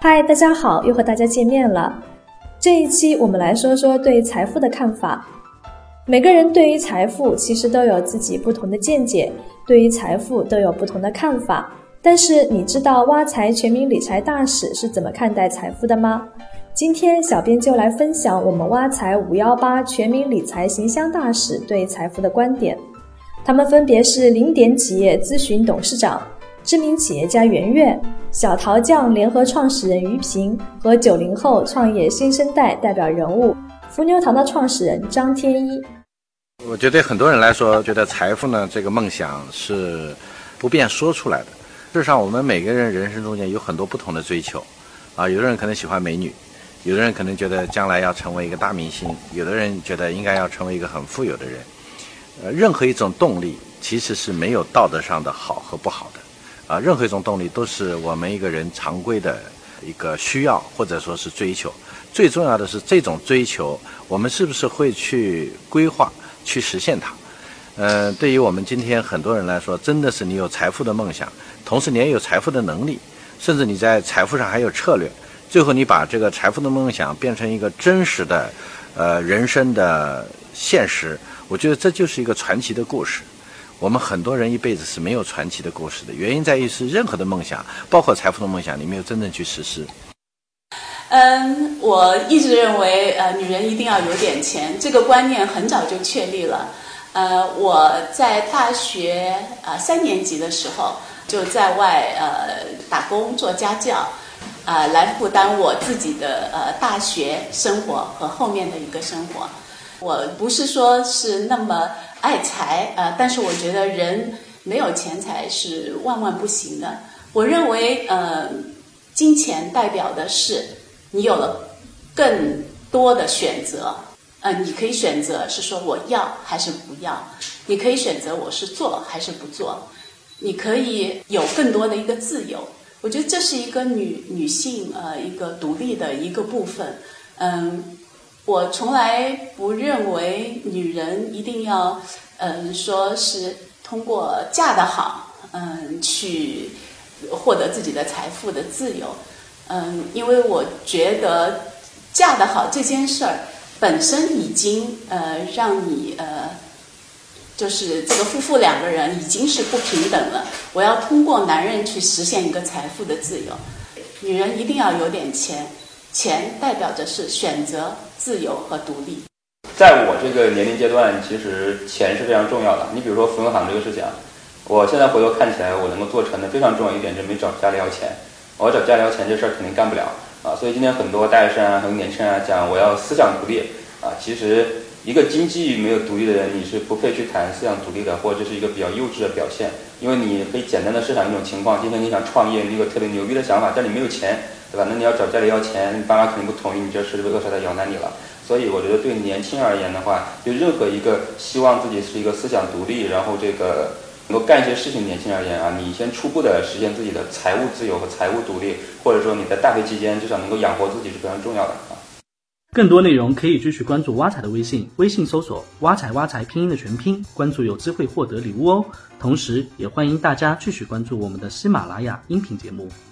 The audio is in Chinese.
嗨，大家好，又和大家见面了。这一期我们来说说对财富的看法。每个人对于财富其实都有自己不同的见解，对于财富都有不同的看法。但是你知道挖财全民理财大使是怎么看待财富的吗？今天小编就来分享我们挖财518全民理财形象大使对财富的观点。他们分别是零点企业咨询董事长、知名企业家袁岳、小桃酱联合创始人于平和90后创业新生代代表人物伏牛堂的创始人张天一。 我觉得对很多人来说，觉得财富呢这个梦想是不便说出来的。事实上我们每个人人生中间有很多不同的追求有的人可能喜欢美女，有的人可能觉得将来要成为一个大明星，有的人觉得应该要成为一个很富有的人。任何一种动力其实是没有道德上的好和不好的任何一种动力都是我们一个人常规的一个需要或者说是追求。最重要的是这种追求我们是不是会去规划去实现它。对于我们今天很多人来说，真的是你有财富的梦想，同时你也有财富的能力，甚至你在财富上还有策略，最后你把这个财富的梦想变成一个真实的人生的现实。我觉得这就是一个传奇的故事。我们很多人一辈子是没有传奇的故事的，原因在于是任何的梦想，包括财富的梦想，你没有真正去实施。 我一直认为女人一定要有点钱，这个观念很早就确立了。我在大学3年级的时候就在外打工做家教，来负担我自己的大学生活和后面的一个生活。我不是说是那么爱财但是我觉得人没有钱财是万万不行的。我认为金钱代表的是你有了更多的选择。你可以选择是说我要还是不要，你可以选择我是做还是不做，你可以有更多的一个自由。我觉得这是一个女性一个独立的一个部分。我从来不认为女人一定要说是通过嫁得好去获得自己的财富的自由。因为我觉得嫁得好这件事儿本身已经让你就是这个夫妇两个人已经是不平等了。我要通过男人去实现一个财富的自由。女人一定要有点钱，钱代表着是选择、自由和独立。 在我这个年龄阶段，其实钱是非常重要的。你比如说扶牛堂这个事情，我现在回头看起来，我能够做成的非常重要一点，就是没找家里要钱。我找家里要钱这事儿肯定干不了所以今天很多大学生很多年轻人讲我要思想独立其实一个经济没有独立的人，你是不配去谈思想独立的，或者这是一个比较幼稚的表现。因为你可以简单的设想一种情况，今天你想创业，你有特别牛逼的想法，但你没有钱，对吧？那你要找家里要钱，你爸妈肯定不同意，你这是不是扼杀在摇篮里了？所以我觉得对年轻而言的话，对任何一个希望自己是一个思想独立，然后这个能够干一些事情年轻而言你先初步的实现自己的财务自由和财务独立，或者说你在大学期间至少能够养活自己是非常重要的更多内容可以继续关注挖财的微信搜索挖财拼音的全拼，关注有机会获得礼物哦。同时也欢迎大家继续关注我们的喜马拉雅音频节目。